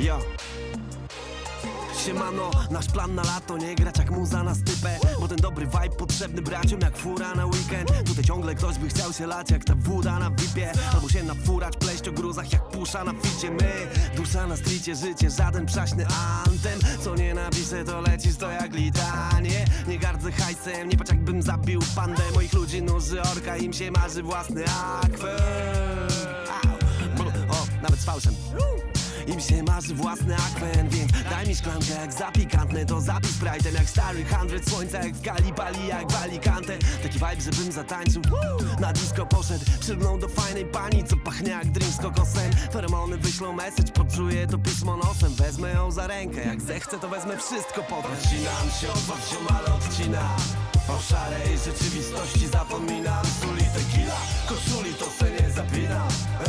Yo. Siemano, nasz plan na lato nie grać jak muza na stypę, bo ten dobry vibe potrzebny braciom jak fura na weekend. Tutaj ciągle ktoś by chciał się lać jak ta woda na vipie, albo się nafurać, pleść o gruzach jak pusza na ficie. My, dusza na stricie, życie, żaden przaśny antem. Co nie napiszę to lecisz to jak litanie. Nie gardzę hajsem, nie patrz jakbym zabił pandę. Moich ludzi nuży orka, im się marzy własny akwen. O, nawet z fałszem. Im się marzy własny akwen, więc daj mi szklankę jak zapikantne. To zapij Sprite'em jak stary 100. Słońca jak w Gali, pali jak w Alicante. Taki vibe, żebym zatańczył, na disco poszedł. Przylgnął do fajnej pani, co pachnie jak drink z kokosem. Feromony wyślą message, poczuję to pismo nosem. Wezmę ją za rękę, jak zechcę to wezmę wszystko potem. Odcinam się od was, ziomale odcinam. O szarej rzeczywistości zapominam. Suli tequila, koszuli to se nie zapinam.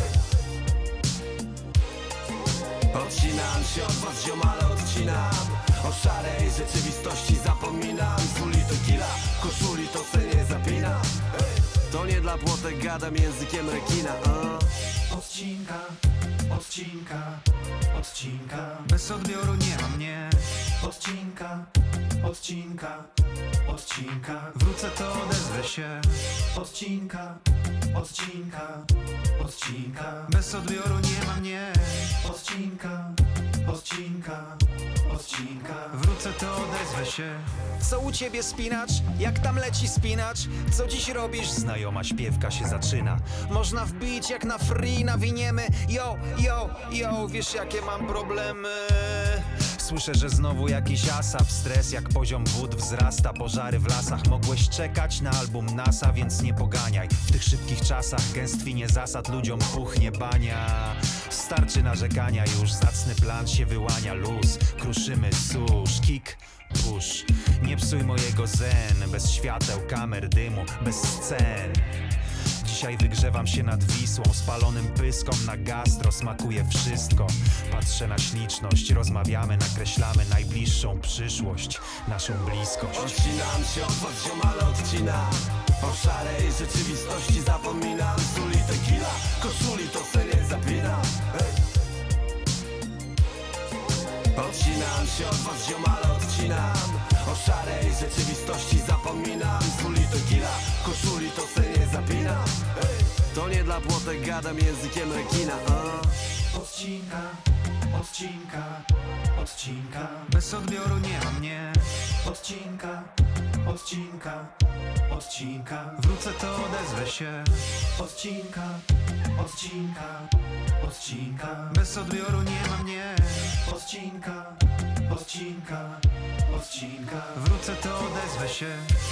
Odcinam się od was, ziomale, odcinam. O szarej rzeczywistości zapominam. Suli tequila, koszuli to se nie zapinam. To nie dla płotek, gadam językiem rekina. Odcinka, odcinka, odcinka. Bez odbioru nie ma mnie. Odcinka, odcinka, odcinka. Wrócę to odezwę się. Odcinka, odcinka, odcinka. Bez odbioru nie ma mnie. Odcinka, odcinka, odcinka. Wrócę to odezwę się. Co u ciebie spinacz? Jak tam leci spinacz? Co dziś robisz? Znajoma śpiewka się zaczyna. Można wbić jak na free nawiniemy. Yo, yo, yo, wiesz jakie mam problemy? Słyszę, że znowu jakiś asap. Stres jak poziom wód wzrasta. Pożary w lasach. Mogłeś czekać na album NASA, więc nie poganiaj. W tych szybkich czasach gęstwinie zasad ludziom puchnie bania. Starczy narzekania już. Zacny plan się wyłania. Luz, kruszymy susz, kick, push. Nie psuj mojego zen. Bez świateł, kamer, dymu, bez scen. Dzisiaj wygrzewam się nad Wisłą, spalonym pyskom na gastro, smakuje wszystko. Patrzę na śliczność, rozmawiamy, nakreślamy najbliższą przyszłość, naszą bliskość. Odcinam się od was, ziomale, odcinam. O szarej rzeczywistości zapominam. Suli tequila, koszuli to se nie zapinam. Odcinam się od was, ziomale, odcinam. O szarej rzeczywistości zapominam. Suli tequila, koszuli to se nie zapinam. To nie dla płotek, gadam językiem rekina. Odcinka, odcinka, odcinka. Bez odbioru nie ma mnie. Odcinka, odcinka, odcinka. Wrócę to odezwę się. Odcinka, odcinka, odcinka. Bez odbioru nie ma mnie. Odcinka, odcinka, odcinka. Wrócę to odezwę się.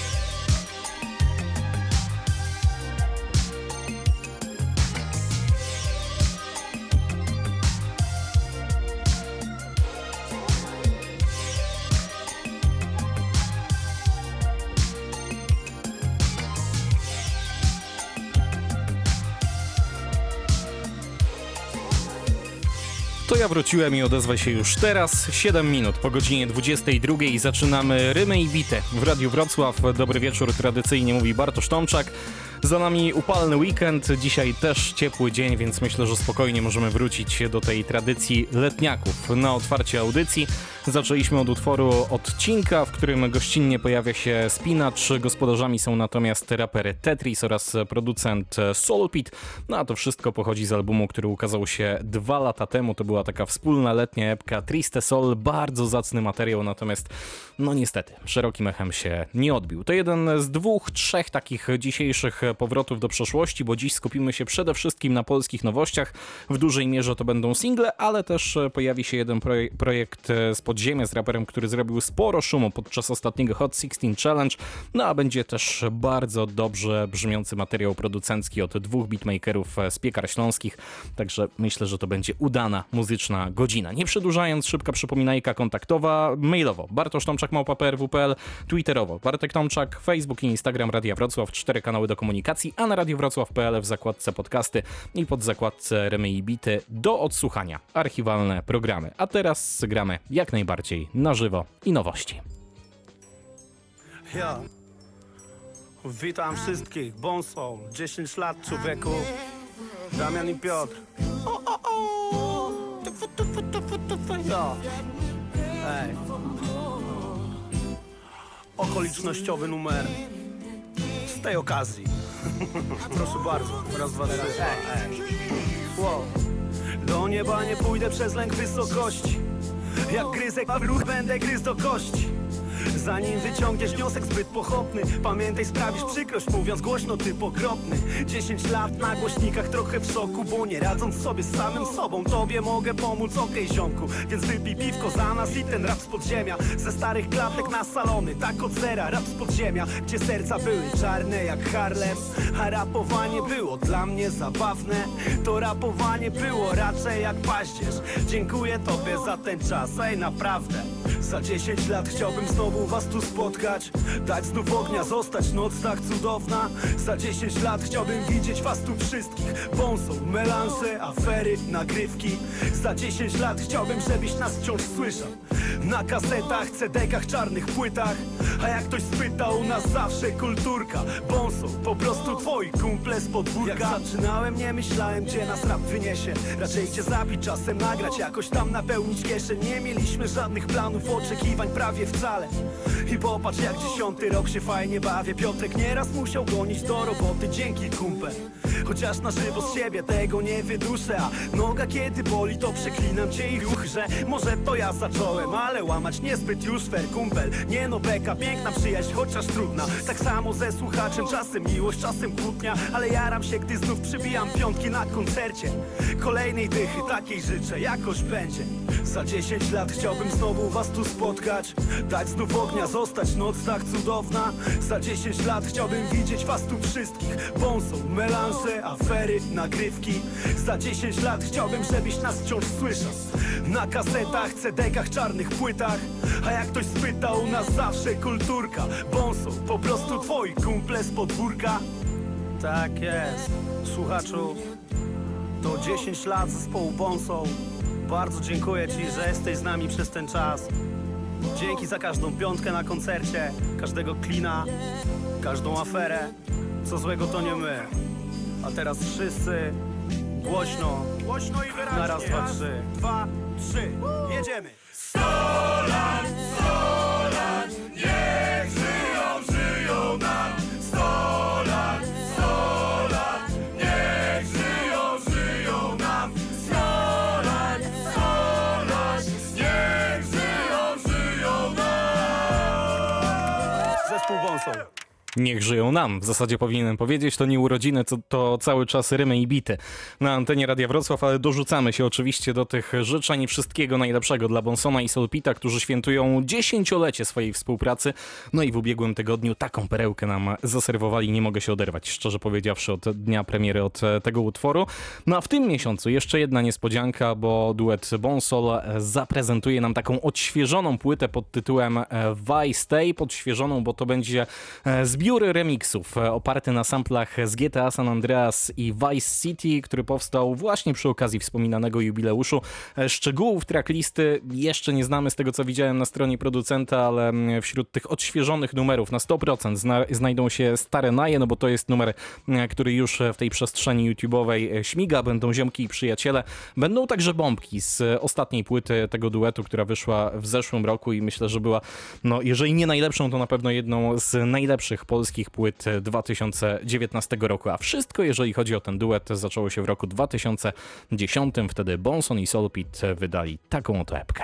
To ja wróciłem i odezwę się już teraz. 7 minut po godzinie 22 zaczynamy Rymy i Bity w Radiu Wrocław. Dobry wieczór, tradycyjnie mówi Bartosz Tomczak. Za nami upalny weekend, dzisiaj też ciepły dzień, więc myślę, że spokojnie możemy wrócić do tej tradycji letniaków. Na otwarcie audycji zaczęliśmy od utworu Odcinka, w którym gościnnie pojawia się Spinacz. Gospodarzami są natomiast rapery Tetris oraz producent Solpit. No a to wszystko pochodzi z albumu, który ukazał się 2 lata temu. To była taka wspólna letnia epka Triste Sol, bardzo zacny materiał, natomiast no niestety szerokim echem się nie odbił. To jeden z 2, 3 takich dzisiejszych powrotów do przeszłości, bo dziś skupimy się przede wszystkim na polskich nowościach. W dużej mierze to będą single, ale też pojawi się jeden projekt z podziemia z raperem, który zrobił sporo szumu podczas ostatniego Hot 16 Challenge. No a będzie też bardzo dobrze brzmiący materiał producencki od 2 beatmakerów z Piekar Śląskich. Także myślę, że to będzie udana muzyczna godzina. Nie przedłużając, szybka przypominajka kontaktowa mailowo bartosztomczak@prw.pl, twitterowo Bartek Tomczak, Facebook i Instagram Radia Wrocław, 4 kanały do komunikacji, a na radiowrocław.pl w zakładce podcasty i pod zakładce Rymy i Bity do odsłuchania archiwalne programy. A teraz gramy jak najbardziej na żywo i nowości. Ja. Witam wszystkich, Bonsol, 10 lat człowieku, Damian i Piotr. Jo. Ej. Okolicznościowy numer z tej okazji. Proszę bardzo. Raz, dwa, trzy. Ej. Wow. Do nieba nie pójdę przez lęk wysokości. Jak gryzek, a w ruch będę gryzł do kości. Zanim wyciągniesz wniosek zbyt pochopny, pamiętaj, sprawisz przykrość, mówiąc głośno, ty pokropny. 10 lat na głośnikach, trochę w szoku, bo nie radząc sobie z samym sobą, tobie mogę pomóc, okej, ziomku. Więc wypij piwko za nas i ten rap z podziemia. Ze starych klatek na salony, tak od zera, rap z podziemia, gdzie serca były czarne jak Harlem. A rapowanie było dla mnie zabawne. To rapowanie było raczej jak paździerz. Dziękuję tobie za ten czas, ej, naprawdę. Za 10 lat chciałbym znowu was tu spotkać, dać znów ognia, zostać noc tak cudowna. Za 10 lat chciałbym widzieć was tu wszystkich. Bonsol, melanże, afery, nagrywki. Za 10 lat chciałbym, żebyś nas wciąż słyszał na kasetach, CD-kach, czarnych płytach. A jak ktoś spyta, u nas zawsze kulturka. Bonsol, po prostu twoi kumple z podwórka. Jak zaczynałem, nie myślałem, gdzie nas rap wyniesie. Raczej gdzie zabić, czasem nagrać, jakoś tam napełnić kieszeń. Nie mieliśmy żadnych planów, oczekiwań prawie wcale. I popatrz, jak 10 rok się fajnie bawię. Piotrek nieraz musiał gonić do roboty, dzięki kumpel. Chociaż na żywo z siebie tego nie wyduszę. A noga kiedy boli, to przeklinam cię i ruch, że może to ja zacząłem, ale łamać niezbyt już fair, kumpel. Nie no, beka, piękna przyjaźń, chociaż trudna. Tak samo ze słuchaczem, czasem miłość, czasem kłótnia. Ale jaram się, gdy znów przybijam piątki na koncercie. Kolejnej dychy, takiej życzę, jakoś będzie. Za 10 lat chciałbym znowu was tu spotkać, dać znów ognia, zostać noc tak cudowna. Za 10 lat chciałbym widzieć was tu wszystkich. Bonsol, melanże, afery, nagrywki. Za 10 lat chciałbym, żebyś nas wciąż słyszał na kasetach, CD-kach, czarnych płytach. A jak ktoś spyta, u nas zawsze kulturka. Bonsol, po prostu twoi kumple z podwórka. Tak jest, słuchaczu. To 10 lat zespołu Bonsol. Bardzo dziękuję ci, że jesteś z nami przez ten czas. Dzięki za każdą piątkę na koncercie, każdego klina, każdą aferę. Co złego to nie my. A teraz wszyscy głośno, głośno i wyraźnie. Na raz, dwa, trzy. 2, 3. Jedziemy. 100 lat, niech żyją, żyją nam. 100 lat, niech żyją, żyją nam. 100 lat, niech żyją, żyją nam. Zespół Bonsol. Niech żyją nam, w zasadzie powinienem powiedzieć, to nie urodziny, to cały czas rymy i bity na antenie Radia Wrocław, ale dorzucamy się oczywiście do tych życzeń. Wszystkiego najlepszego dla Bonsona i Solpita, którzy świętują 10-lecie swojej współpracy. No i w ubiegłym tygodniu taką perełkę nam zaserwowali, nie mogę się oderwać, szczerze powiedziawszy, od dnia premiery, od tego utworu. No a w tym miesiącu jeszcze jedna niespodzianka, bo duet Bonsol zaprezentuje nam taką odświeżoną płytę pod tytułem Vice Tape. Odświeżoną, bo to będzie zbiór remixów oparty na samplach z GTA San Andreas i Vice City, który powstał właśnie przy okazji wspominanego jubileuszu. Szczegółów tracklisty jeszcze nie znamy z tego, co widziałem na stronie producenta, ale wśród tych odświeżonych numerów na 100% znajdą się stare naje, no bo to jest numer, który już w tej przestrzeni YouTube'owej śmiga. Będą ziomki i przyjaciele. Będą także bombki z ostatniej płyty tego duetu, która wyszła w zeszłym roku i myślę, że była, no jeżeli nie najlepszą, to na pewno jedną z najlepszych polskich płyt 2019 roku, a wszystko, jeżeli chodzi o ten duet, zaczęło się w roku 2010. Wtedy Bonson i Solpit wydali taką oto epkę.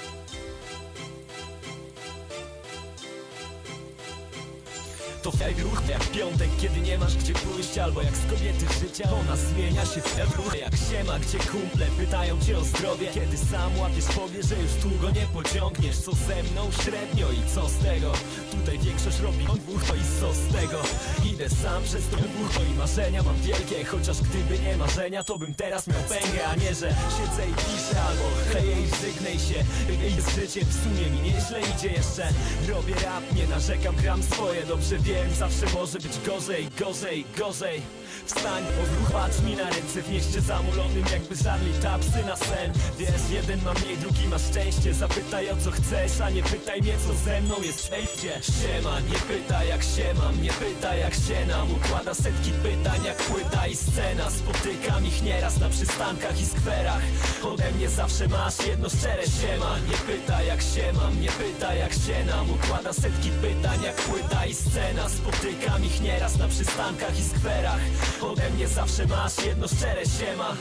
To ruch jak piątek, kiedy nie masz gdzie pójść, albo jak z kobiety życia ona zmienia się w ruch. Jak siema, gdzie kumple pytają cię o zdrowie, kiedy sam łapiesz powie, że już długo nie pociągniesz. Co ze mną średnio i co z tego? Tutaj większość robi dwóch, to i co z tego? Idę sam przez to dwóch, to i marzenia mam wielkie, chociaż gdyby nie marzenia, to bym teraz miał pęgę, a nie, że siedzę i piszę, albo kleję i żegnaj się. I z życiem w sumie mi nieźle idzie jeszcze. Robię rap, nie narzekam, gram swoje, dobrze wiem, zawsze może być gorzej, gorzej, gorzej. Wstań, odruch, patrz mi na ręce w mieście zamulonym, jakby żarli tapsy na sen. Wiesz, jeden ma mniej, drugi ma szczęście. Zapytaj o co chcesz, a nie pytaj mnie co ze mną jest przejście. Siema, nie pytaj jak się mam, nie pytaj jak się nam. Układa setki pytań jak płyta i scena. Spotykam ich nieraz na przystankach i skwerach. Ode mnie zawsze masz jedno szczere siema. Nie pytaj jak się mam, nie pytaj jak się nam. Układa setki pytań jak płyta i scena. Spotykam ich nieraz na przystankach i skwerach. Ode mnie zawsze masz jedno szczere siema.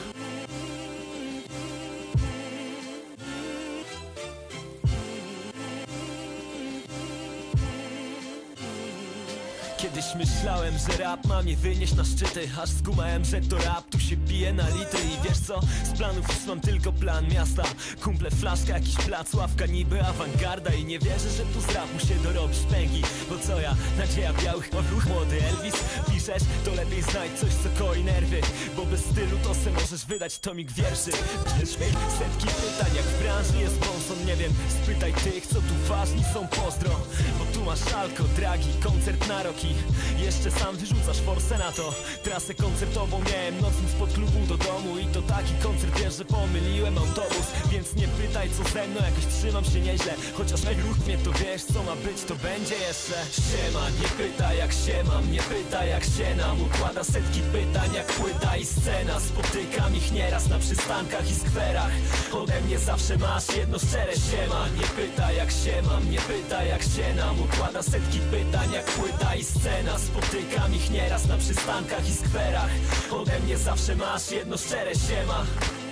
Kiedyś myślałem, że rap ma mnie wynieść na szczyty, aż skumałem, że to rap tu się bije na litry. I wiesz co? Z planów już mam tylko plan miasta. Kumple, flaszka, jakiś plac, ławka, niby awangarda. I nie wierzę, że tu z rapu się dorobisz pęgi. Bo co ja? Nadzieja białych mawluch, młody Elvis. Piszesz? To lepiej znajdź coś, co koi nerwy. Bo bez stylu to se możesz wydać tomik wierszy. Setki pytań, jak w branży jest bonson, nie wiem. Spytaj tych, co tu ważni są, pozdro. Bo tu masz alko, dragi, koncert na roki. Jeszcze sam wyrzucasz forsę na to. Trasę koncertową miałem nocnym spod klubu do domu. I to taki koncert, wiesz, że pomyliłem autobus. Więc nie pytaj co ze mną, jakoś trzymam się nieźle. Chociaż ruch mnie to wiesz, co ma być, to będzie jeszcze. Siema, nie pytaj jak się mam, nie pytaj jak się nam. Układa setki pytań jak płyta i scena. Spotykam ich nieraz na przystankach i skwerach. Ode mnie zawsze masz jedno szczere siema. Nie pytaj jak się mam, nie pytaj jak się nam. Układa setki pytań jak płyta i scena. Spotykam ich nieraz na przystankach i skwerach. Ode mnie zawsze masz jedno szczere siema.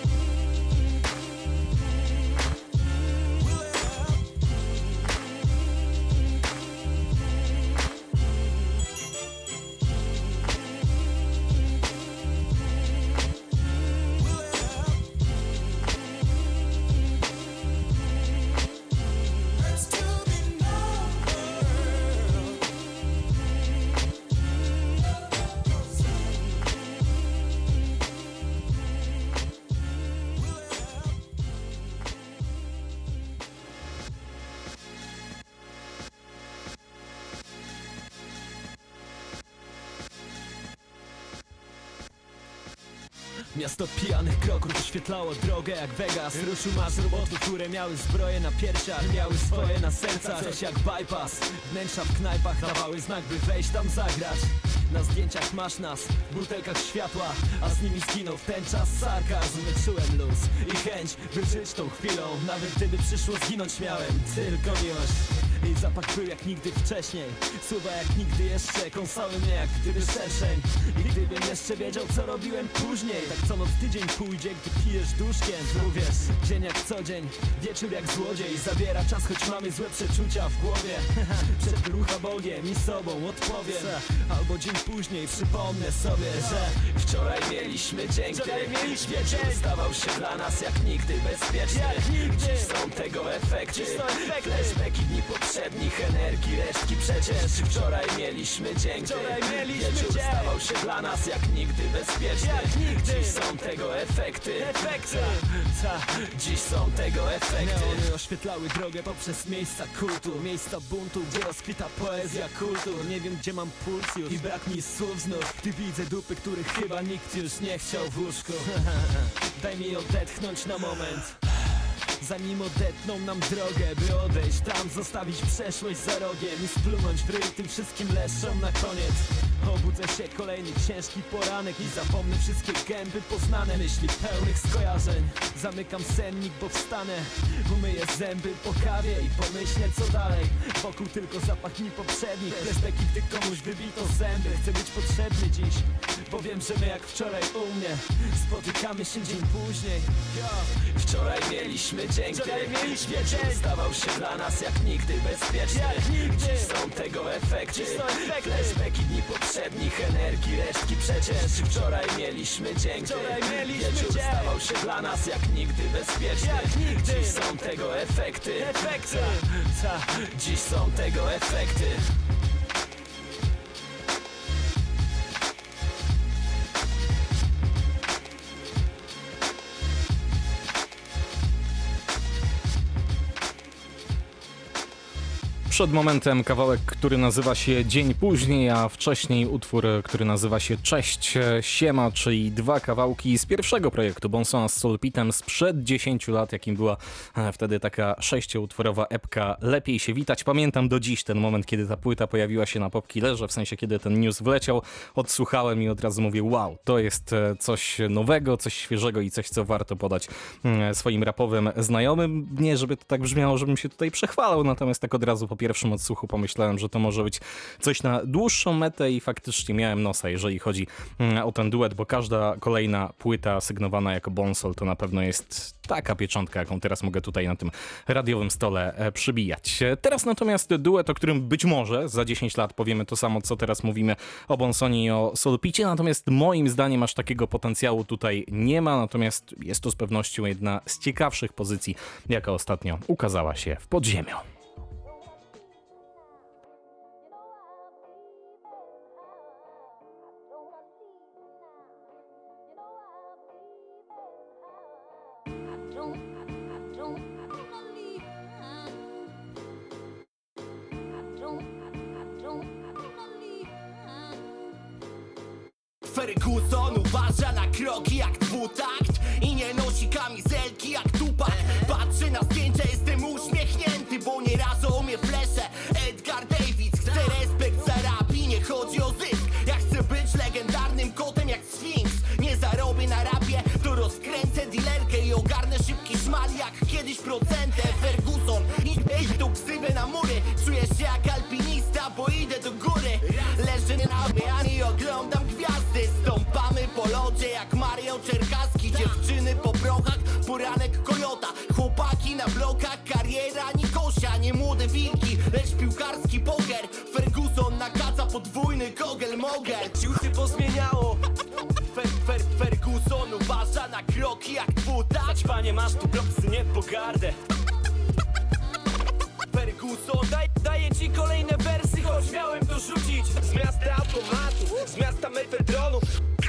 Miasto pijanych kroków oświetlało drogę jak Vegas. Ruszył masz robotów, które miały zbroje na piersiach, miały swoje na sercach. Coś jak bypass, wnętrza w knajpach dawały znak, by wejść tam zagrać. Na zdjęciach masz nas, w butelkach światła, a z nimi zginął w ten czas sarkazm. Czułem luz i chęć, by żyć tą chwilą. Nawet gdyby przyszło zginąć, miałem tylko miłość. Jej zapach był jak nigdy wcześniej, słowa jak nigdy jeszcze kąsały mnie jak gdyby szerszeń. I gdybym jeszcze wiedział co robiłem później, tak co noc tydzień pójdzie, gdy pijesz duszkiem. Uwierz, dzień jak co dzień, wieczór jak złodziej. Zabiera czas, choć mamy złe przeczucia w głowie. Przed rucha Bogiem i sobą odpowiem. Albo dzień później przypomnę sobie, że wczoraj mieliśmy dzień, gdy wieczór stawał się dla nas jak nigdy bezpieczny. Dziś są tego efekty, flashbacki dni poprzednich, energii, resztki przecież. Wczoraj mieliśmy dzień, gdy wieczór stawał się dla nas jak nigdy bezpieczny. Dziś są tego efekty, dziś są tego efekty. Neony oświetlały drogę poprzez miejsca kultu, miejsca buntu, gdzie rozkwita poezja kultur. Nie wiem gdzie mam puls już i brak mi słów znów. Gdy widzę dupy, których chyba nikt już nie chciał w łóżku. Daj mi odetchnąć na moment, zanim odetną nam drogę, by odejść tam, zostawić przeszłość za rogiem i splunąć w ryj tym wszystkim leszczom na koniec. Obudzę się kolejny ciężki poranek i zapomnę wszystkie gęby poznane, myśli pełnych skojarzeń. Zamykam sennik, bo wstanę, umyję zęby po kawie i pomyślę co dalej. Wokół tylko zapach dni poprzednich, flashbacki gdy komuś wybito zęby. Chcę być potrzebny dziś, bo wiem, że my jak wczoraj u mnie spotykamy się dzień później. Wczoraj mieliśmy dzień, gdy wieczór stawał się dla nas jak nigdy bezpieczny. Dziś są tego efekty, flashbacki dni poprzednich, energii, resztki przecież. Wczoraj mieliśmy dzień, gdy wieczór stawał się dla nas jak nigdy bezpieczny. Dziś są tego efekty, dziś są tego efekty. Przed momentem kawałek, który nazywa się Dzień Później, a wcześniej utwór, który nazywa się Cześć, Siema, czyli dwa kawałki z pierwszego projektu Bonsona z Soulpitem sprzed 10 lat, jakim była wtedy taka 6-utworowa epka Lepiej się witać. Pamiętam do dziś ten moment, kiedy ta płyta pojawiła się na Popkillerze, w sensie kiedy ten news wleciał, odsłuchałem i od razu mówię, wow, to jest coś nowego, coś świeżego i coś, co warto podać swoim rapowym znajomym. Nie, żeby to tak brzmiało, żebym się tutaj przechwalał, natomiast tak od razu po pierwszym odsłuchu pomyślałem, że to może być coś na dłuższą metę i faktycznie miałem nosa, jeżeli chodzi o ten duet, bo każda kolejna płyta sygnowana jako Bonsol to na pewno jest taka pieczątka, jaką teraz mogę tutaj na tym radiowym stole przybijać. Teraz natomiast duet, o którym być może za 10 lat powiemy to samo, co teraz mówimy o Bonsonie i o Soulpicie, natomiast moim zdaniem aż takiego potencjału tutaj nie ma, natomiast jest to z pewnością jedna z ciekawszych pozycji, jaka ostatnio ukazała się w Podziemiu. Ferguson uważa na kroki jak dwutakt i nie nosi kamizelki jak Tupac. Patrzę na zdjęcia, jestem uśmiechnięty, bo nieraz o mnie flesze. Edgar Davids chce respekt za rap i nie chodzi o zysk. Ja chcę być legendarnym kotem jak Sfinks. Nie zarobię na rapie, to rozkręcę dealerkę i ogarnę szybki szmal jak kiedyś procentem. Ferguson i tu ksywę na mury. Czuję się jak alpinista, bo idę do góry. Leżę na mnie i oglądam gwiazdy. Stąpamy po lodzie jak Mario Czerkaski. Dziewczyny po prochach, poranek Kojota. Chłopaki na blokach, kariera Nikosia. Nie młode wilki, lecz piłkarski poker. Ferguson nakaza podwójny kogel mogel. Ciuchy pozmieniało. Ferguson uważa na kroki jak dwutakt. Panie, masz tu propsy, nie pogardę. Ferguson daję ci kolejne wersy, choć miałem to rzucić. Z miasta automatu, z miasta mefedronu.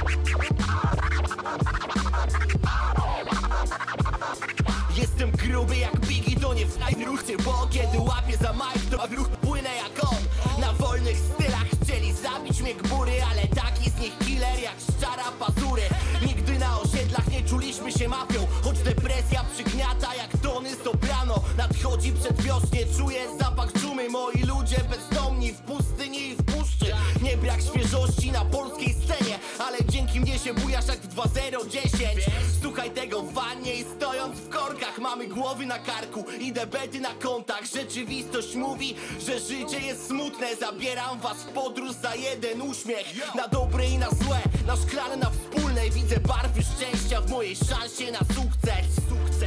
Jestem gruby jak Biggie, to nie w ruchcie, bo kiedy łapię za mic, to w ruch płynę jak on. Na wolnych stylach chcieli zabić mnie gbury, ale taki z nich killer jak szczara pazury. Nigdy na osiedlach nie czuliśmy się mafią, choć depresja przygniata jak tony soprano. Nadchodzi przedwiośnie, czuję zapach dżumy. Moi ludzie bezdomni w pustyni i w puszczy. Nie brak świeżości na polskiej scenie, ale dzięki mnie się bujasz jak w 2010. Słuchaj tego w wannie i stojąc w korkach. Mamy głowy na karku i debety na kontach. Rzeczywistość mówi, że życie jest smutne. Zabieram was w podróż za jeden uśmiech. Na dobre i na złe, na szklane, na wspólne. Widzę barwy szczęścia w mojej szansie na sukces.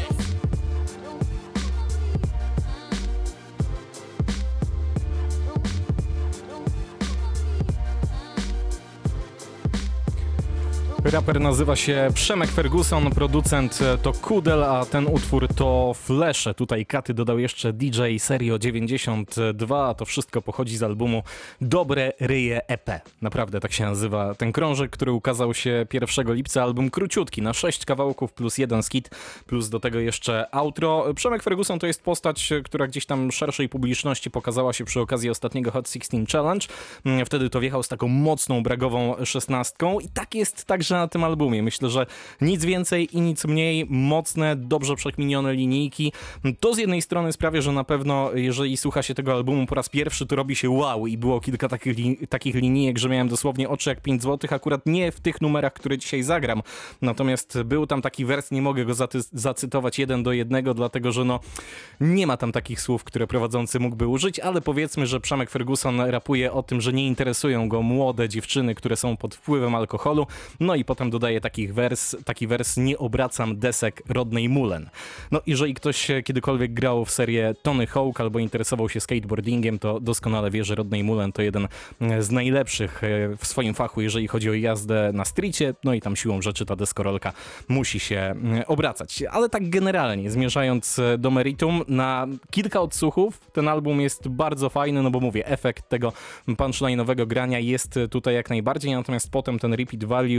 Raper nazywa się Przemek Ferguson, producent to Kudel, a ten utwór to Flesze. Tutaj Katy dodał jeszcze DJ Serio 92, a to wszystko pochodzi z albumu Dobre Ryje EP. Naprawdę tak się nazywa ten krążek, który ukazał się 1 lipca. Album króciutki, na 6 kawałków plus jeden skit, plus do tego jeszcze outro. Przemek Ferguson to jest postać, która gdzieś tam szerszej publiczności pokazała się przy okazji ostatniego Hot 16 Challenge. Wtedy to wjechał z taką mocną, bragową 16 i tak jest także na tym albumie. Myślę, że nic więcej i nic mniej. Mocne, dobrze przekminione linijki. To z jednej strony sprawia, że na pewno jeżeli słucha się tego albumu po raz pierwszy, to robi się wow i było kilka takich linijek, że miałem dosłownie oczy jak 5 zł. Akurat nie w tych numerach, które dzisiaj zagram. Natomiast był tam taki wers, nie mogę go zacytować 1 do 1, dlatego że nie ma tam takich słów, które prowadzący mógłby użyć, ale powiedzmy, że Przemek Ferguson rapuje o tym, że nie interesują go młode dziewczyny, które są pod wpływem alkoholu. No i potem dodaje taki wers: nie obracam desek Rodney Mullen. No jeżeli ktoś kiedykolwiek grał w serię Tony Hawk albo interesował się skateboardingiem, to doskonale wie, że Rodney Mullen to jeden z najlepszych w swoim fachu, jeżeli chodzi o jazdę na streetie, no i tam siłą rzeczy ta deskorolka musi się obracać. Ale tak generalnie, zmierzając do meritum, na kilka odsłuchów ten album jest bardzo fajny, no bo mówię, efekt tego punchline'owego grania jest tutaj jak najbardziej, natomiast potem ten repeat value na pewno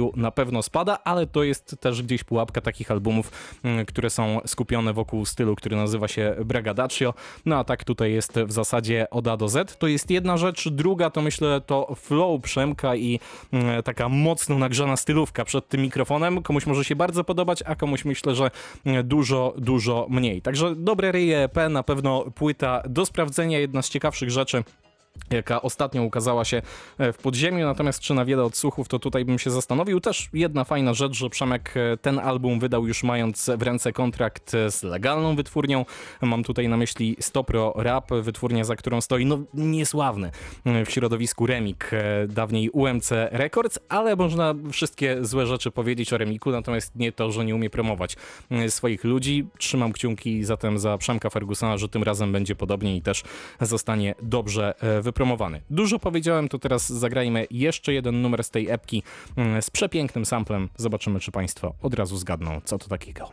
pewno spada, ale to jest też gdzieś pułapka takich albumów, które są skupione wokół stylu, który nazywa się Braggadaccio. No a tak tutaj jest w zasadzie od A do Z. To jest jedna rzecz. Druga to myślę to flow Przemka i taka mocno nagrzana stylówka przed tym mikrofonem. Komuś może się bardzo podobać, a komuś myślę, że dużo mniej. Także dobre ryje EP, na pewno płyta do sprawdzenia, jedna z ciekawszych rzeczy, jaka ostatnio ukazała się w Podziemiu, natomiast czy na wiele odsłuchów, to tutaj bym się zastanowił. Też jedna fajna rzecz, że Przemek ten album wydał już mając w ręce kontrakt z legalną wytwórnią. Mam tutaj na myśli Stopro Rap, wytwórnia, za którą stoi niesławny w środowisku Remik, dawniej UMC Records, ale można wszystkie złe rzeczy powiedzieć o Remiku, natomiast nie to, że nie umie promować swoich ludzi. Trzymam kciuki zatem za Przemka Fergusona, że tym razem będzie podobnie i też zostanie dobrze wypromowany. Dużo powiedziałem, to teraz zagrajmy jeszcze jeden numer z tej epki z przepięknym samplem. Zobaczymy, czy Państwo od razu zgadną, co to takiego.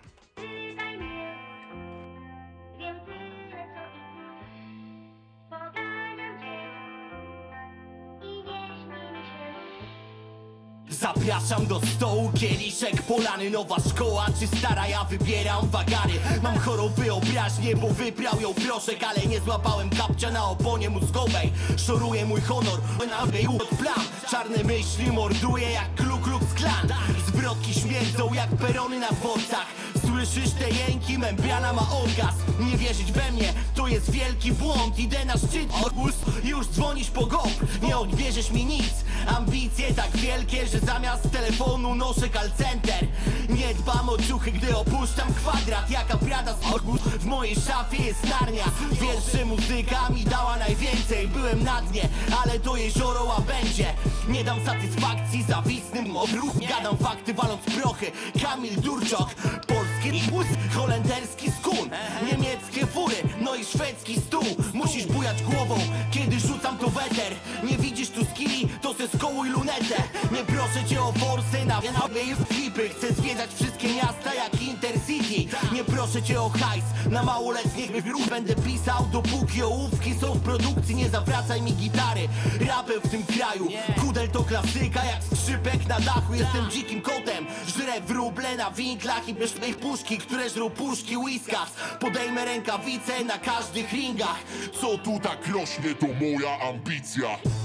Zapraszam do stołu, kieliszek polany, nowa szkoła czy stara, ja wybieram wagary. Mam chorą wyobraźnię, bo wybrał ją proszek, ale nie złapałem kapcia na oponie mózgowej. Szoruje mój honor, na wyju od plam. Czarne myśli morduję jak Ku Klux Klan. Zwrotki śmierdzą jak perony na dworcach. Słyszysz te jęki, membrana ma orgazm. Nie wierzyć we mnie, to jest wielki błąd. Idę na szczyt, już dzwonisz po GOP. Nie odbierzesz mi nic, ambicje tak wielkie, że zamiast telefonu noszę call center. Nie dbam o ciuchy, gdy opuszczam kwadrat. Jaka brada z w mojej szafie jest Narnia. Wiersze muzyka mi dała najwięcej. Byłem na dnie, ale to jezioro łabędzie. Nie dam satysfakcji zawisnym obruch. Gadam fakty waląc prochy. Kamil Durczok, polski ribus, holenderski skun, niemieckie fury, no i szwedzki stół. Musisz bujać głową, kiedy rzucam to weter. Nie widzisz tu skilli, to se skołuj lunetę. Nie proszę cię o forsy na klipy. Chcę zwiedzać wszystkie miasta jak Intercity. Nie proszę cię o hajs na małoletnich ruch. Będę pisał dopóki ołówki są w produkcji. Nie zawracaj mi gitary, rapem w tym kraju. Kudel to klasyka jak skrzypek na dachu. Jestem dzikim kotem, żrę wróble na winklach i pysznych puszki, które żrą puszki Whiskas. Podejmę rękawice na każdych ringach. Co tu tak rośnie, to moja ambicja.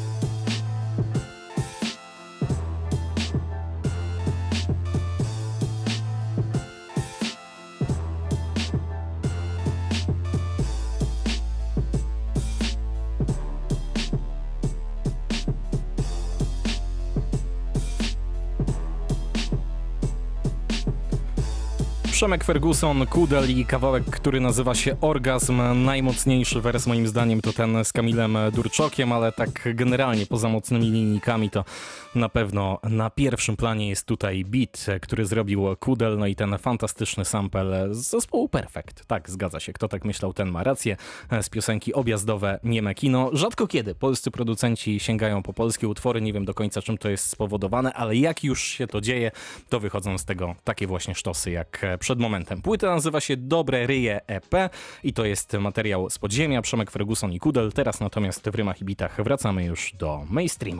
Przemek Ferguson, Kudel i kawałek, który nazywa się Orgazm. Najmocniejszy wers moim zdaniem to ten z Kamilem Durczokiem, ale tak generalnie poza mocnymi linijkami to na pewno na pierwszym planie jest tutaj beat, który zrobił Kudel, no i ten fantastyczny sample z zespołu Perfekt. Tak, zgadza się, kto tak myślał, ten ma rację. Z piosenki Objazdowe Nieme Kino. Rzadko kiedy polscy producenci sięgają po polskie utwory, nie wiem do końca czym to jest spowodowane, ale jak już się to dzieje, to wychodzą z tego takie właśnie sztosy jak przed momentem. Płyta nazywa się Dobre Ryje EP i to jest materiał z Podziemia, Przemek Ferguson i Kudel. Teraz natomiast w rymach i bitach wracamy już do mainstreamu.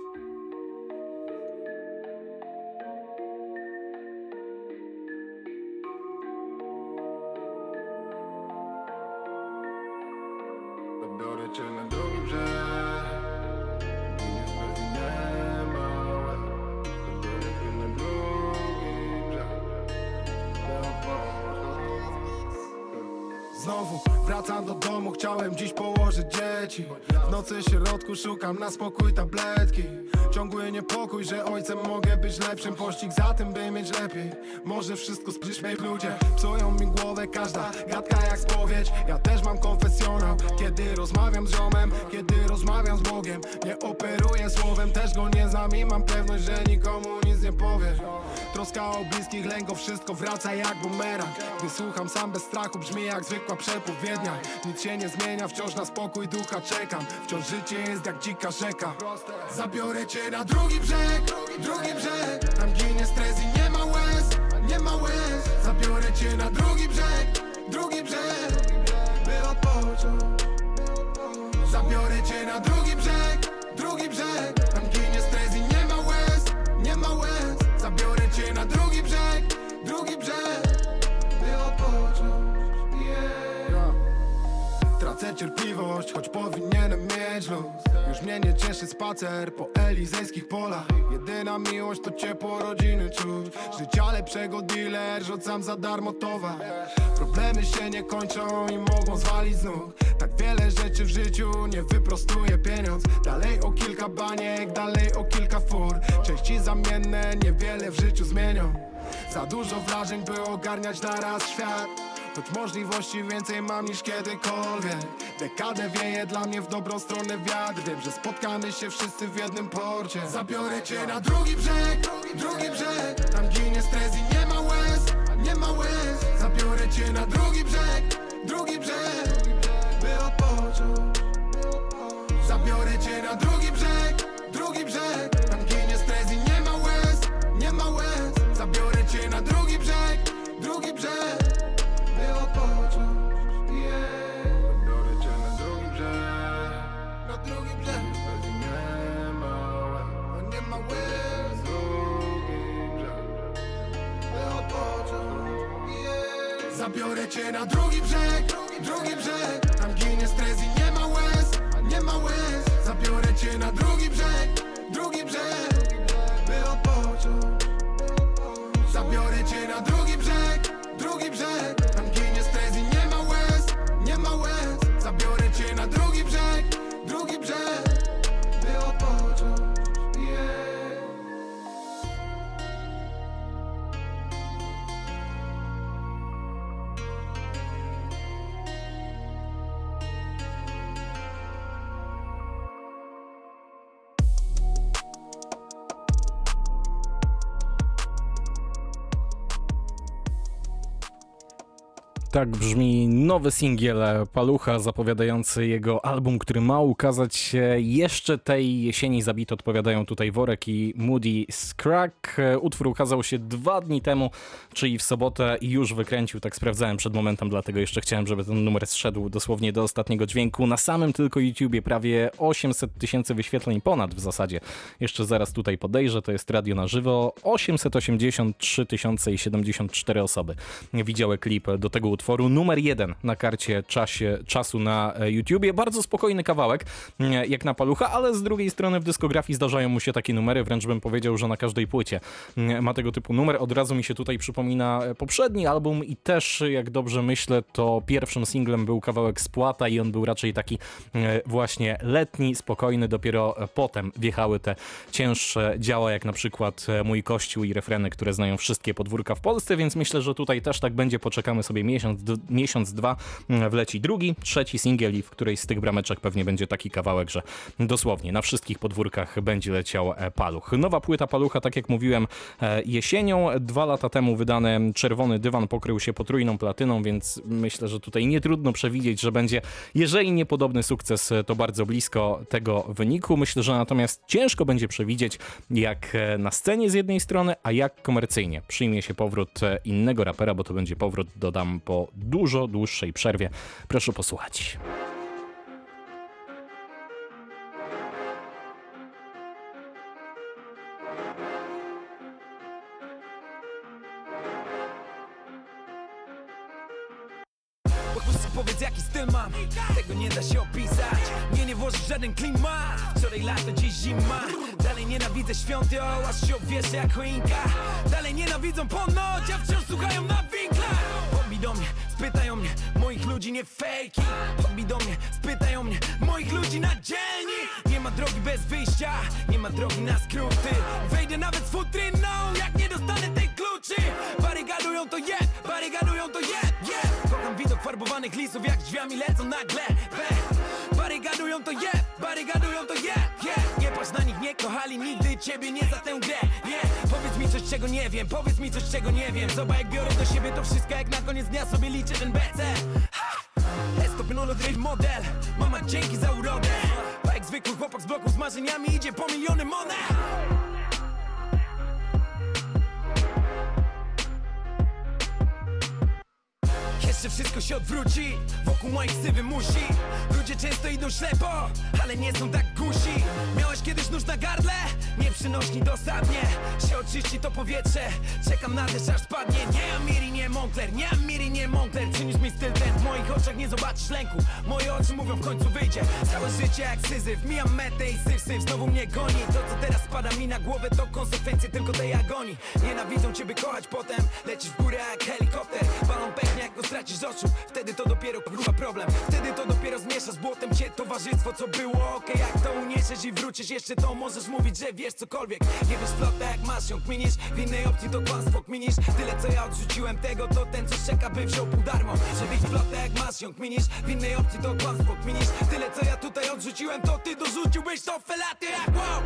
Zabiorę cię na drugi brzeg, gdzie niestety nie ma łez. Zabiorę cię na drugi brzeg. Znowu wracam do domu, chciałem dziś położyć dzieci. W nocy środku szukam na spokój tabletki. Ciągły niepokój, że ojcem mogę być lepszym. Pościg za tym, by mieć lepiej. Może wszystko spryszmy ludzie psują mi głowę, każda gadka jak spowiedź. Ja też mam konfesjonał, kiedy rozmawiam z ziomem, kiedy rozmawiam z Bogiem. Nie operuję słowem, też go nie znam i mam pewność, że nikomu nic nie powiem. Troska o bliskich, lęko, wszystko wraca jak bumerang. Gdy słucham sam bez strachu, brzmi jak zwykła przepowiednia. Nic się nie zmienia, wciąż na spokój ducha czekam. Wciąż życie jest jak dzika rzeka. Zabiorę cię na drugi brzeg, tam ginie stres i nie ma łez, nie ma łez. Zabiorę cię na drugi brzeg, by odpocząć. Zabiorę cię na drugi brzeg, tam ginie stres i nie ma łez, nie ma łez. Zabiorę Tracę cierpliwość, choć powinienem mieć luz. Już mnie nie cieszy spacer po elizejskich polach. Jedyna miłość to ciepło rodziny czuć. Życia lepszego dealer, rzucam za darmo towar. Problemy się nie kończą i mogą zwalić z nóg. Tak wiele rzeczy w życiu nie wyprostuje pieniądz. Dalej o kilka baniek, dalej o kilka fur. Części zamienne niewiele w życiu zmienią. Za dużo wrażeń, by ogarniać naraz świat. Choć możliwości więcej mam niż kiedykolwiek. Dekadę wieje dla mnie w dobrą stronę wiatr. Wiem, że spotkamy się wszyscy w jednym porcie. Zabiorę cię na drugi brzeg. Tam ginie stres i nie ma łez, nie ma łez. Zabiorę cię na drugi brzeg, by odpocząć. Zabiorę cię na drugi brzeg. Tam ginie stres i nie ma łez, nie ma łez. Zabiorę cię na drugi brzeg, by odpocząć. Zabiorę cię na drugi brzeg. Na drugi brzeg. Bez nie ma łez. Nie ma łez, Drugi brzeg. by odpocząć. Zabiorę cię na drugi brzeg. Tam ginie stres i nie ma łez, nie ma łez. Zabiorę cię na drugi brzeg, by odpocząć. Zabiorę cię na drugi brzeg. Tam ginie stres i nie ma łez, nie ma łez. Zabiorę cię na drugi brzeg, by odpocząć. Tak brzmi nowy singiel Palucha zapowiadający jego album, który ma ukazać się jeszcze tej jesieni. Zabito odpowiadają tutaj Worek i Moody Scrag. Utwór ukazał się 2 dni temu, czyli w sobotę i już wykręcił, tak sprawdzałem przed momentem, dlatego jeszcze chciałem, żeby ten numer zszedł dosłownie do ostatniego dźwięku. Na samym tylko YouTubie prawie 800 000 wyświetleń, ponad w zasadzie. Jeszcze zaraz tutaj podejrzę, to jest radio na żywo. 883 074 osoby widziały klip do tego utworu. Numer 1 na karcie czasu na YouTubie. Bardzo spokojny kawałek, jak na Palucha, ale z drugiej strony w dyskografii zdarzają mu się takie numery, wręcz bym powiedział, że na każdej płycie ma tego typu numer. Od razu mi się tutaj przypomina poprzedni album i też, jak dobrze myślę, to pierwszym singlem był kawałek Spłata i on był raczej taki właśnie letni, spokojny. Dopiero potem wjechały te cięższe dzieła, jak na przykład Mój Kościół i refreny, które znają wszystkie podwórka w Polsce, więc myślę, że tutaj też tak będzie. Poczekamy sobie miesiąc, 2, wleci drugi, trzeci singiel i w którejś z tych brameczek pewnie będzie taki kawałek, że dosłownie na wszystkich podwórkach będzie leciał Paluch. Nowa płyta Palucha, tak jak mówiłem, jesienią. 2 lata temu wydany Czerwony Dywan pokrył się potrójną platyną, więc myślę, że tutaj nie trudno przewidzieć, że będzie, jeżeli nie podobny sukces, to bardzo blisko tego wyniku. Myślę, że natomiast ciężko będzie przewidzieć, jak na scenie z jednej strony, a jak komercyjnie przyjmie się powrót innego rapera, bo to będzie powrót, dodam, po dużo dłuższej przerwie. Proszę posłuchać. Powiedz, jaki styl mam, tego nie da się opisać. Mnie nie włożysz w żaden klimat. Wczoraj lato, dziś zima. Dalej nienawidzę świąty, aż się obwieszę jak choinka. Dalej nienawidzą ponoć, a wciąż słuchają na winklach. Podbij do mnie, spytają mnie, moich ludzi nie fejki. Podbij do mnie, spytają mnie, moich ludzi na dzielni. Nie ma drogi bez wyjścia, nie ma drogi na skróty. Wejdę nawet z futryną, jak nie dostanę tej kluczy. Barygadują to Kocham widok farbowanych lisów, jak drzwiami lecą nagle. Barygadują to Nie patrz na nich, nie kochali nigdy ciebie, nie za tę grę. Powiedz mi coś, czego nie wiem. Zobacz, jak biorę do siebie to wszystko, jak na koniec dnia sobie liczę ten BC. Estopinolo drift model, mama dzięki za urodę. A jak zwykły chłopak z bloku z marzeniami idzie po miliony monet. Jeszcze wszystko się odwróci, wokół moich psy wymusi. Ludzie często idą ślepo, ale nie są tak gusi. Miałeś kiedyś nóż na gardle? Nie przynośni dosadnie. Się oczyści to powietrze, czekam na deszcz aż spadnie. Nie Amiri, nie Moncler, przyniósł mi styl ten w moich oczach nie zobaczysz lęku. Moje oczy mówią, w końcu wyjdzie. Całe życie jak syzyf, mijam metę i syf znowu mnie goni. To co teraz spada mi na głowę to konsekwencje tylko tej agonii. Nienawidzą ciebie kochać, potem lecisz w górę jak helikopter. Balon pęknie jak go stracisz z oczu, wtedy to dopiero gruba problem. Wtedy to dopiero zmieszasz błotem cię towarzystwo co było okej. Jak to uniesiesz i wrócisz jeszcze to możesz mówić, że wiesz cokolwiek. Nie wiesz flota jak masz ją kminisz, w innej opcji to kłamstwo kminisz. Tyle co ja odrzuciłem tego to ten co czeka by wziął pół darmo. Że wiesz flota jak masz ją kminisz, w innej opcji to kłamstwo kminisz. Tyle co ja tutaj odrzuciłem to ty dorzuciłbyś to felaty jak wow.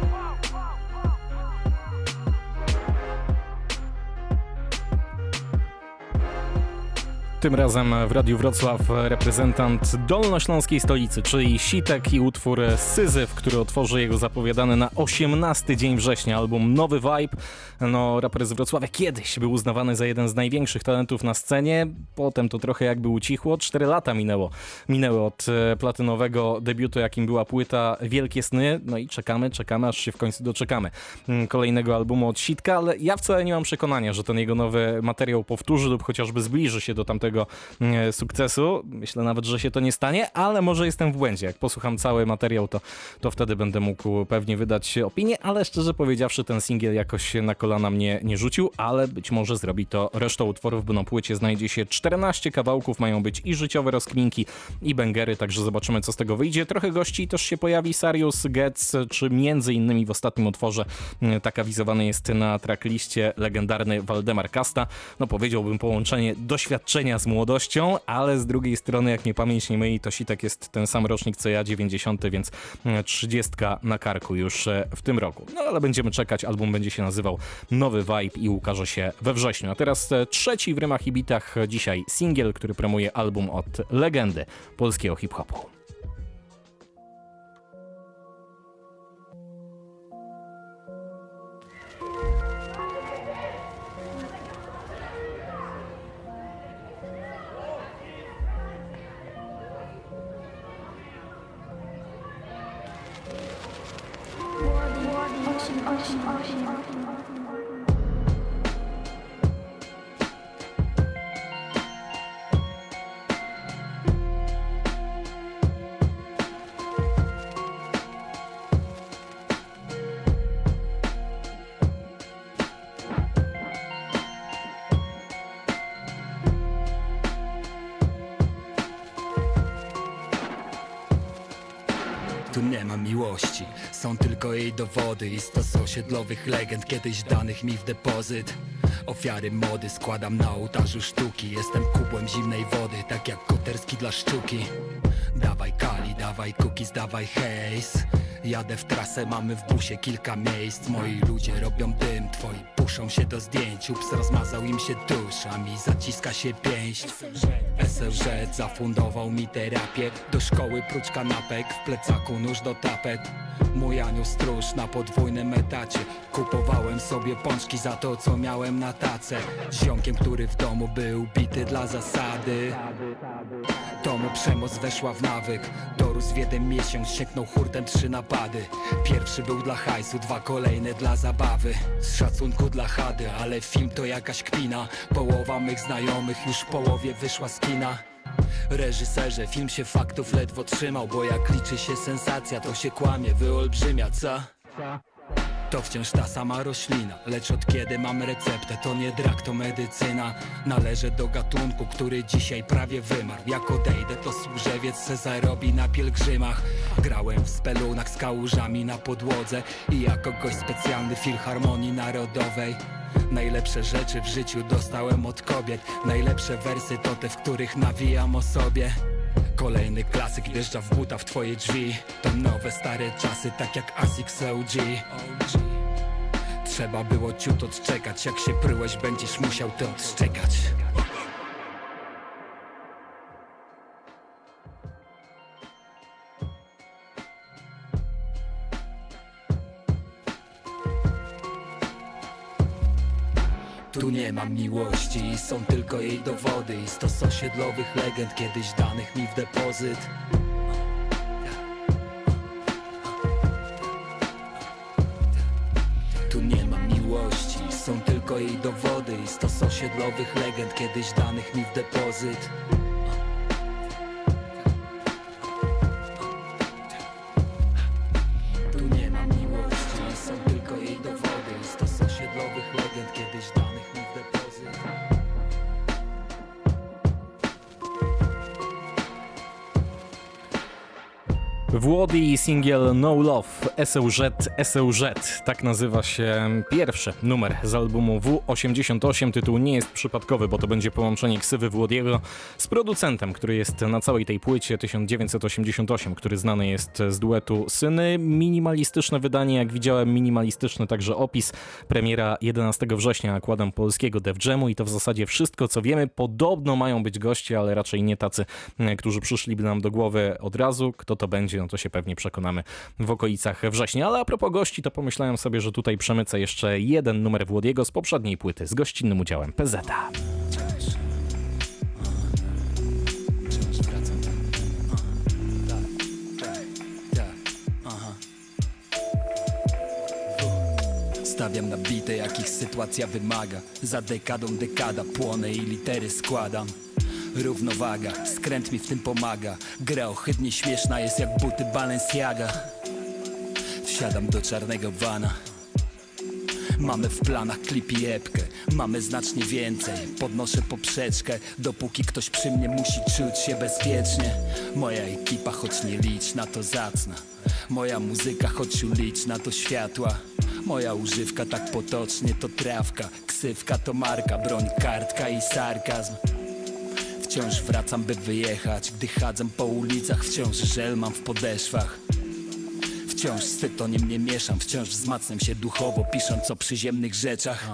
Tym razem w Radiu Wrocław reprezentant dolnośląskiej stolicy, czyli Sitek i utwór Syzyf, który otworzy jego zapowiadany na 18 dzień września album Nowy Vibe. No, raper z Wrocławia kiedyś był uznawany za jeden z największych talentów na scenie, potem to trochę jakby ucichło. 4 lata minęły od platynowego debiutu, jakim była płyta Wielkie Sny. No i czekamy, aż się w końcu doczekamy kolejnego albumu od Sitka, ale ja wcale nie mam przekonania, że ten jego nowy materiał powtórzy lub chociażby zbliży się do tamtego sukcesu. Myślę nawet, że się to nie stanie, ale może jestem w błędzie. Jak posłucham cały materiał, to wtedy będę mógł pewnie wydać opinię, ale szczerze powiedziawszy ten singiel jakoś na kolana mnie nie rzucił, ale być może zrobi to resztą utworów, bo na płycie znajdzie się 14 kawałków, mają być i życiowe rozkminki, i bęgery, także zobaczymy co z tego wyjdzie. Trochę gości też się pojawi, Sarius, Getz, czy między innymi w ostatnim utworze tak awizowany jest na trackliście legendarny Waldemar Kasta. No powiedziałbym połączenie doświadczenia z młodością, ale z drugiej strony, jak mnie pamięć nie myli, to Sitek jest ten sam rocznik co ja, 90, więc 30 na karku już w tym roku. No ale będziemy czekać, album będzie się nazywał Nowy Vibe i ukaże się we wrześniu. A teraz trzeci w rymach i bitach dzisiaj singiel, który promuje album od legendy polskiego hip-hopu. Tu nie ma miłości, są tylko jej dowody i stos osiedlowych legend kiedyś danych mi w depozyt. Ofiary mody składam na ołtarzu sztuki. Jestem kubłem zimnej wody, tak jak Koterski dla szczuki. Dawaj Kali, dawaj cookies, dawaj hejs. Jadę w trasę, mamy w busie kilka miejsc. Moi ludzie robią dym, twoi puszą się do zdjęć. Ups, rozmazał im się tusz, a mi zaciska się pięść. SLZ zafundował mi terapię. Do szkoły prócz kanapek, w plecaku nóż do tapet. Mój anioł stróż na podwójnym etacie. Kupowałem sobie pączki za to, co miałem na tace. Z ziomkiem, który w domu był bity dla zasady. To mu przemoc weszła w nawyk. Dorósł w 1 miesiąc, sięgnął hurtem 3 napady. Pierwszy był dla hajsu, 2 kolejne dla zabawy. Z szacunku dla chady, ale film to jakaś kpina. Połowa mych znajomych już w połowie wyszła z kina. Reżyserze, film się faktów ledwo trzymał, bo jak liczy się sensacja, to się kłamie, wyolbrzymia, co? To wciąż ta sama roślina, lecz od kiedy mam receptę, to nie drak, to medycyna. Należę do gatunku, który dzisiaj prawie wymarł. Jak odejdę, to służewiec se zarobi na pielgrzymach. Grałem w spelunach z kałużami na podłodze i jako gość specjalny Filharmonii Narodowej. Najlepsze rzeczy w życiu dostałem od kobiet. Najlepsze wersy to te, w których nawijam o sobie. Kolejny klasyk wjeżdża w buta w twoje drzwi. To nowe, stare czasy, tak jak Asics OG. Trzeba było ciut odczekać. Jak się pryłeś, będziesz musiał to odszczekać. Tu nie ma miłości, są tylko jej dowody i stos osiedlowych legend kiedyś danych mi w depozyt. Tu nie ma miłości, są tylko jej dowody i stos osiedlowych legend kiedyś danych mi w depozyt. Włody singiel No Love, SOZ, tak nazywa się pierwszy numer z albumu W88. Tytuł nie jest przypadkowy, bo to będzie połączenie ksywy Włodiego z producentem, który jest na całej tej płycie 1988, który znany jest z duetu Syny. Minimalistyczne wydanie, jak widziałem, minimalistyczny także opis. Premiera 11 września nakładem polskiego Def Jamu i to w zasadzie wszystko, co wiemy. Podobno mają być goście, ale raczej nie tacy, którzy przyszliby nam do głowy od razu. Kto to będzie, no to się pewnie przekonamy w okolicach września. Ale a propos gości, to pomyślałem sobie, że tutaj przemycę jeszcze jeden numer Włodiego z poprzedniej płyty z gościnnym udziałem PZ-a. Stawiam na bite, jakich sytuacja wymaga. Za dekadą dekada płonę i litery składam. Równowaga, skręt mi w tym pomaga. Gra ohydnie śmieszna jest jak buty Balenciaga. Wsiadam do czarnego vana. Mamy w planach klip i epkę. Mamy znacznie więcej. Podnoszę poprzeczkę. Dopóki ktoś przy mnie musi czuć się bezpiecznie. Moja ekipa, choć nie liczna, to zacna. Moja muzyka, choć uliczna, to światła. Moja używka tak potocznie to trawka. Ksywka to marka, broń, kartka i sarkazm. Wciąż wracam, by wyjechać. Gdy chadzam po ulicach, wciąż żel mam w podeszwach. Wciąż z tytoniem nie mieszam. Wciąż wzmacniam się duchowo, pisząc o przyziemnych rzeczach.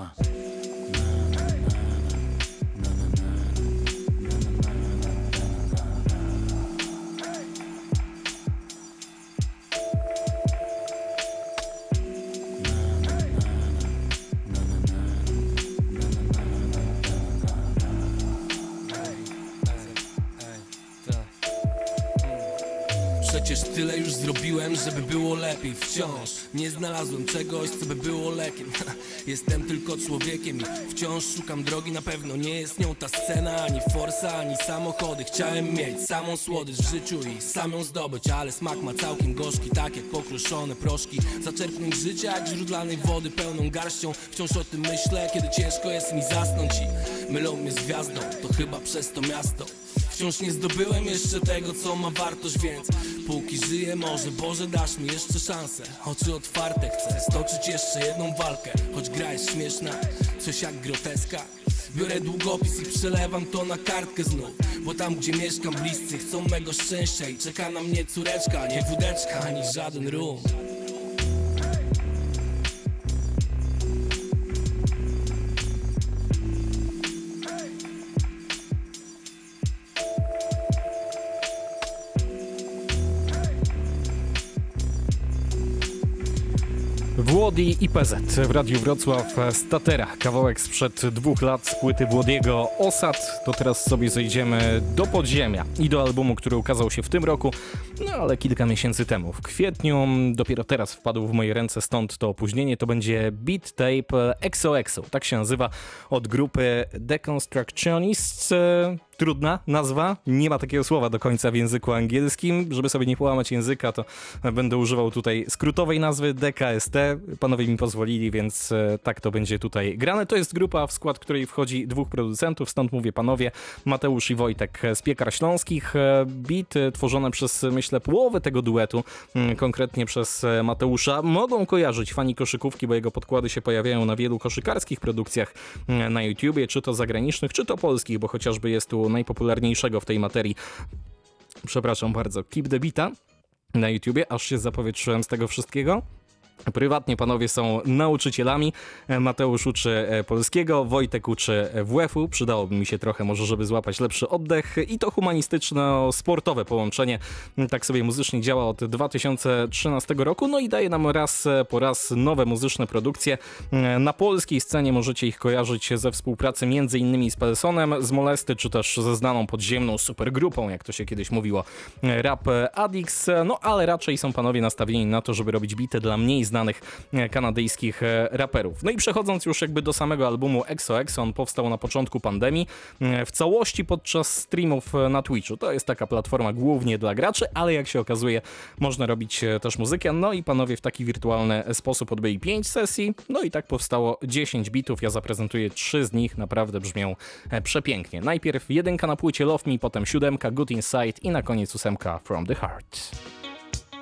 Przecież tyle już zrobiłem, żeby było lepiej. Wciąż nie znalazłem czegoś, co by było lekiem. Jestem tylko człowiekiem i wciąż szukam drogi. Na pewno nie jest nią ta scena, ani forsa, ani samochody. Chciałem mieć samą słodycz w życiu i sam ją zdobyć, ale smak ma całkiem gorzki, tak jak pokruszone proszki. Zaczerpnąć życie jak źródlanej wody pełną garścią. Wciąż o tym myślę, kiedy ciężko jest mi zasnąć i mylą mnie z gwiazdą, to chyba przez to miasto. Wciąż nie zdobyłem jeszcze tego, co ma wartość, więc póki żyję, może Boże dasz mi jeszcze szansę. Oczy otwarte, chcę stoczyć jeszcze jedną walkę. Choć gra jest śmieszna, coś jak groteska. Biorę długopis i przelewam to na kartkę znów. Bo tam, gdzie mieszkam, bliscy chcą mego szczęścia i czeka na mnie córeczka, nie wódeczka, ani żaden rum. Włody i PZ w Radiu Wrocław Statera. Kawałek sprzed 2 lat z płyty Włodiego Osad. To teraz sobie zejdziemy do podziemia i do albumu, który ukazał się w tym roku, no ale kilka miesięcy temu. W kwietniu dopiero teraz wpadł w moje ręce, stąd to opóźnienie. To będzie beat tape XOXO. Tak się nazywa, od grupy Deconstructionists. Trudna nazwa, nie ma takiego słowa do końca w języku angielskim. Żeby sobie nie połamać języka, to będę używał tutaj skrótowej nazwy DKST. Panowie mi pozwolili, więc tak to będzie tutaj grane. To jest grupa, w skład której wchodzi 2 producentów, stąd mówię panowie, Mateusz i Wojtek z Piekar Śląskich. Beat tworzone przez, myślę, połowę tego duetu, konkretnie przez Mateusza. Mogą kojarzyć fani koszykówki, bo jego podkłady się pojawiają na wielu koszykarskich produkcjach na YouTubie, czy to zagranicznych, czy to polskich, bo chociażby jest tu najpopularniejszego w tej materii, przepraszam bardzo, Keep the Beata na YouTubie, aż się zapowietrzyłem z tego wszystkiego. Prywatnie panowie są nauczycielami. Mateusz uczy polskiego, Wojtek uczy WF-u. Przydałoby mi się trochę może, żeby złapać lepszy oddech. I to humanistyczno-sportowe połączenie. Tak sobie muzycznie działa od 2013 roku. No i daje nam raz po raz nowe muzyczne produkcje. Na polskiej scenie możecie ich kojarzyć ze współpracy m.in. z Pelsonem, z Molesty, czy też ze znaną podziemną supergrupą, jak to się kiedyś mówiło, Rap Addicts. No ale raczej są panowie nastawieni na to, żeby robić bity dla mniej znanych kanadyjskich raperów. No i przechodząc już jakby do samego albumu XOXO, on powstał na początku pandemii, w całości podczas streamów na Twitchu. To jest taka platforma głównie dla graczy, ale jak się okazuje, można robić też muzykę. No i panowie w taki wirtualny sposób odbyli 5 sesji, no i tak powstało 10 bitów. Ja zaprezentuję 3 z nich, naprawdę brzmią przepięknie. Najpierw 1 na płycie Love Me, potem 7, Good Inside i na koniec 8 From the Heart.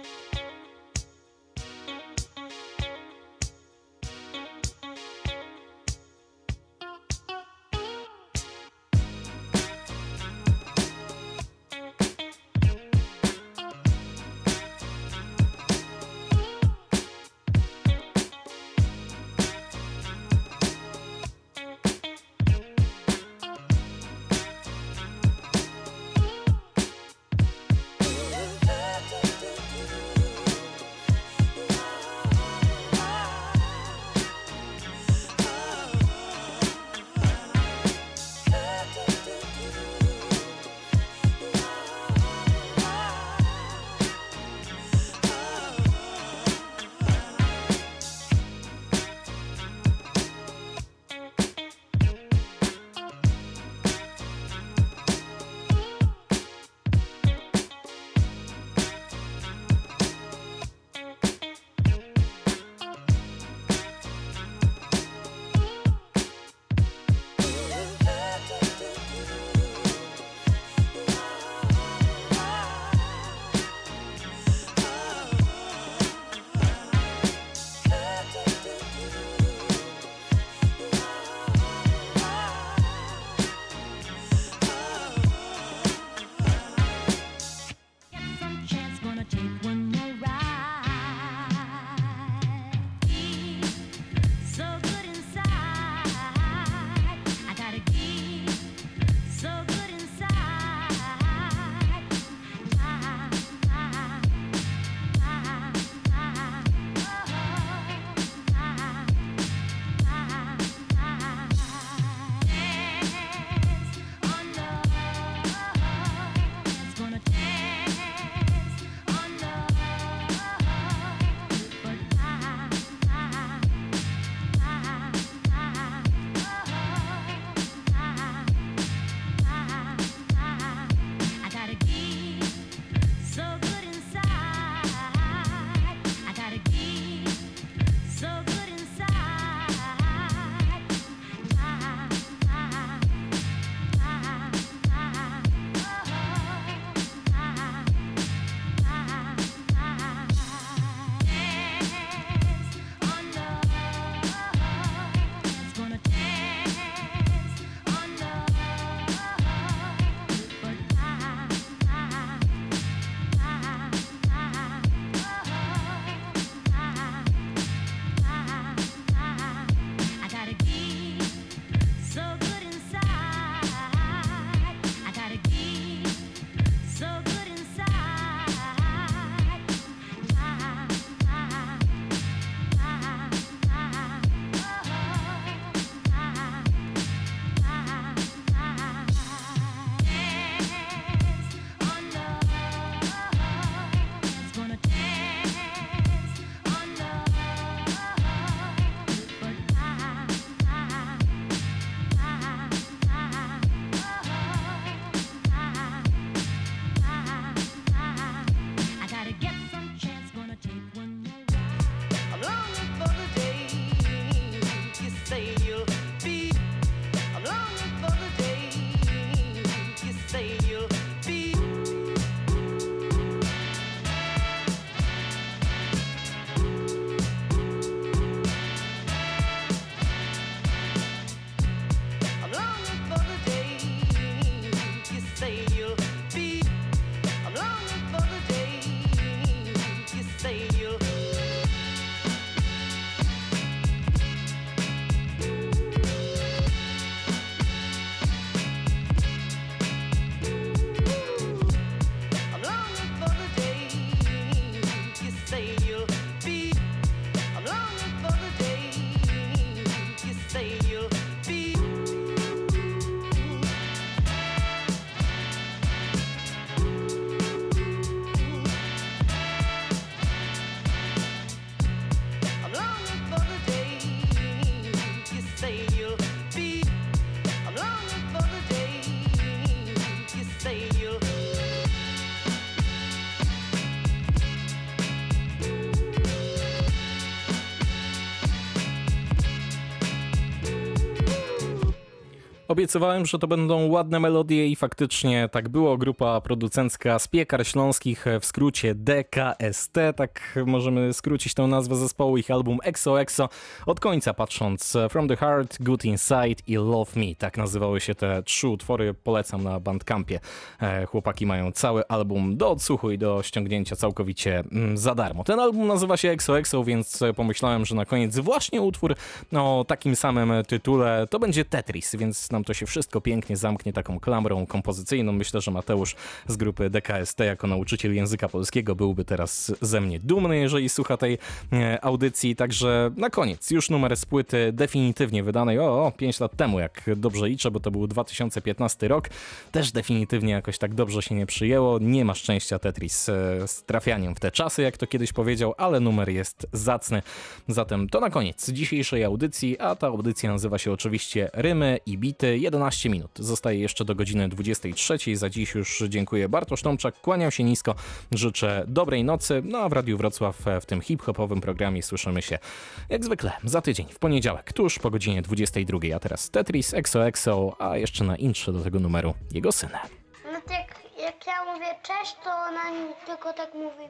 Obiecywałem, że to będą ładne melodie i faktycznie tak było. Grupa producencka z Piekar Śląskich, w skrócie DKST, tak możemy skrócić tę nazwę zespołu. Ich album XOXO, od końca patrząc, From the Heart, Good Inside i Love Me. Tak nazywały się te 3 utwory, polecam na Bandcampie. Chłopaki mają cały album do odsłuchu i do ściągnięcia całkowicie za darmo. Ten album nazywa się XOXO, więc pomyślałem, że na koniec właśnie utwór o takim samym tytule to będzie Tetris, więc nam to się wszystko pięknie zamknie taką klamrą kompozycyjną. Myślę, że Mateusz z grupy DKST jako nauczyciel języka polskiego byłby teraz ze mnie dumny, jeżeli słucha tej audycji. Także na koniec już numer z płyty definitywnie wydanej 5 lat temu, jak dobrze liczę, bo to był 2015 rok. Też definitywnie jakoś tak dobrze się nie przyjęło. Nie ma szczęścia Tetris z trafianiem w te czasy, jak to kiedyś powiedział, ale numer jest zacny. Zatem to na koniec dzisiejszej audycji, a ta audycja nazywa się oczywiście Rymy i Bity. 11 minut. Zostaje jeszcze do godziny 23. Za dziś już dziękuję. Bartosz Tomczak, kłaniam się nisko, życzę dobrej nocy. No a w Radiu Wrocław w tym hip-hopowym programie słyszymy się jak zwykle za tydzień, w poniedziałek, tuż po godzinie 22. A teraz Tetris, XOXO, a jeszcze na intrze do tego numeru jego syna. No tak, jak ja mówię cześć, to ona tylko tak mówi.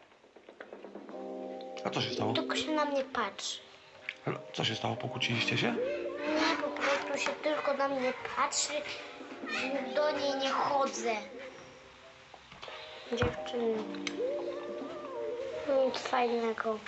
A co się stało? Tylko się na mnie patrzy. Co się stało? Pokłóciliście się? Nie, po prostu się tylko na mnie patrzy. Do niej nie chodzę. Dziewczyny. Nic fajnego.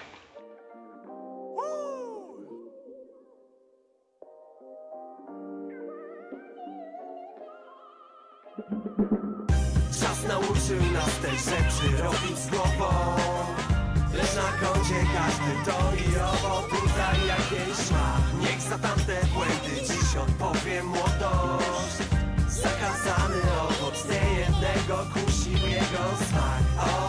Czas nauczył nas te rzeczy robić z głową. Lecz na koncie każdy to i owo. Tutaj jakieś ma. Niech za tamte błędy dziś odpowie młodość. Zakazany owoc niejednego kusił jego smak.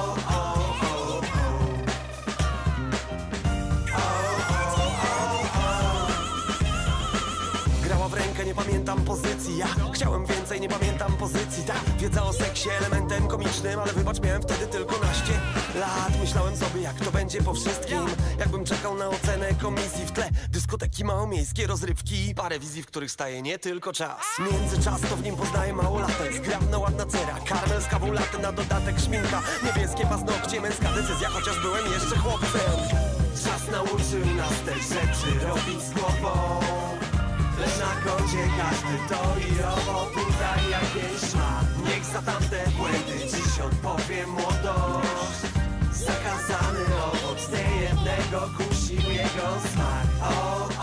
Grała w rękę, nie pamiętam pozycji. Ja chciałem więcej, nie pamiętam pozycji. Ta wiedza o seksie elementem komicznym, ale wybacz, miałem wtedy tylko 12 lat. Myślałem sobie, jak to będzie po wszystkim. Jakbym czekał na ocenę komisji. W tle dyskoteki małomiejskie, rozrywki i parę wizji, w których staje nie tylko czas. Międzyczas to w nim poznaję małolatek. Zgrabna, ładna cera, karmel z kawą latte, na dodatek szminka, niebieskie paznokcie, męska decyzja, chociaż byłem jeszcze chłopcem. Czas nauczył nas te rzeczy robić z głową. Lecz na koncie każdy to i owo. Tutaj jakieś ma. Niech za tamte błędy dziś odpowie młodość. Zakazany owoc niejednego kusił jego smak.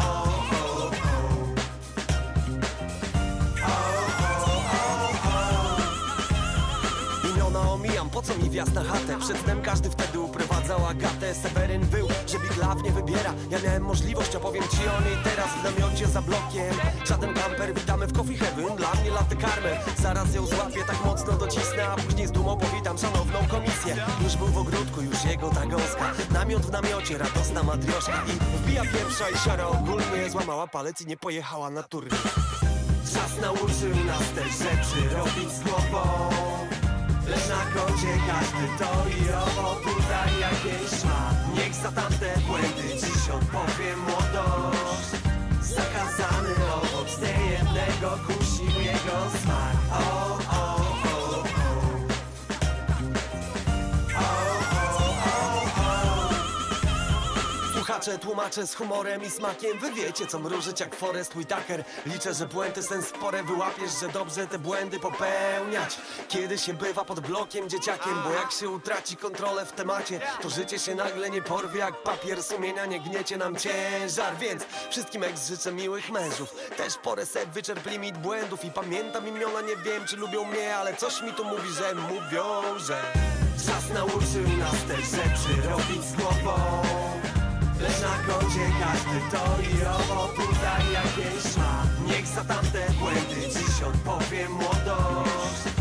Imiona omijam, po co mi wjazd na chatę? Przed snem każdy wtedy uprowadzał Agatę. Seweryn był, że Big Love nie wybiera. Ja miałem możliwość, opowiem ci o niej teraz w namiocie za blokiem. Żaden kamper, witamy w Coffee Heaven. Dla mnie latte karmel, zaraz ją złapię, tak mocno docisnę, a później z dumą powitam szanowną komisję. Już był w ogródku, już jego ta gąska. Namiot w namiocie, radosna matrioszka. I wbija pierwsza i siara ogólnie złamała palec i nie pojechała na tury. Czas nauczył nas te rzeczy robić z głową. Lecz na koncie każdy to i owo. Tutaj jakieś ma. Niech za tamte błędy dziś odpowie młodość. Zakazany owoc niejednego kusił jego smak. Słuchacze, tłumaczę z humorem i smakiem. Wy wiecie, co mrużyć jak Forest Whitaker. Liczę, że błędy sens spore wyłapiesz, że dobrze te błędy popełniać. Kiedy się bywa pod blokiem dzieciakiem, bo jak się utraci kontrolę w temacie, to życie się nagle nie porwie jak papier sumienia, nie gniecie nam ciężar. Więc wszystkim ex życzę miłych mężów. Też porę se wyczerp limit błędów. I pamiętam imiona, nie wiem czy lubią mnie, ale coś mi tu mówi, że mówią, że czas nauczył nas te rzeczy robić z głową. Lecz na koncie każdy to i owo. Tutaj jakieś ma. Niech za tamte błędy dziś odpowie młodość.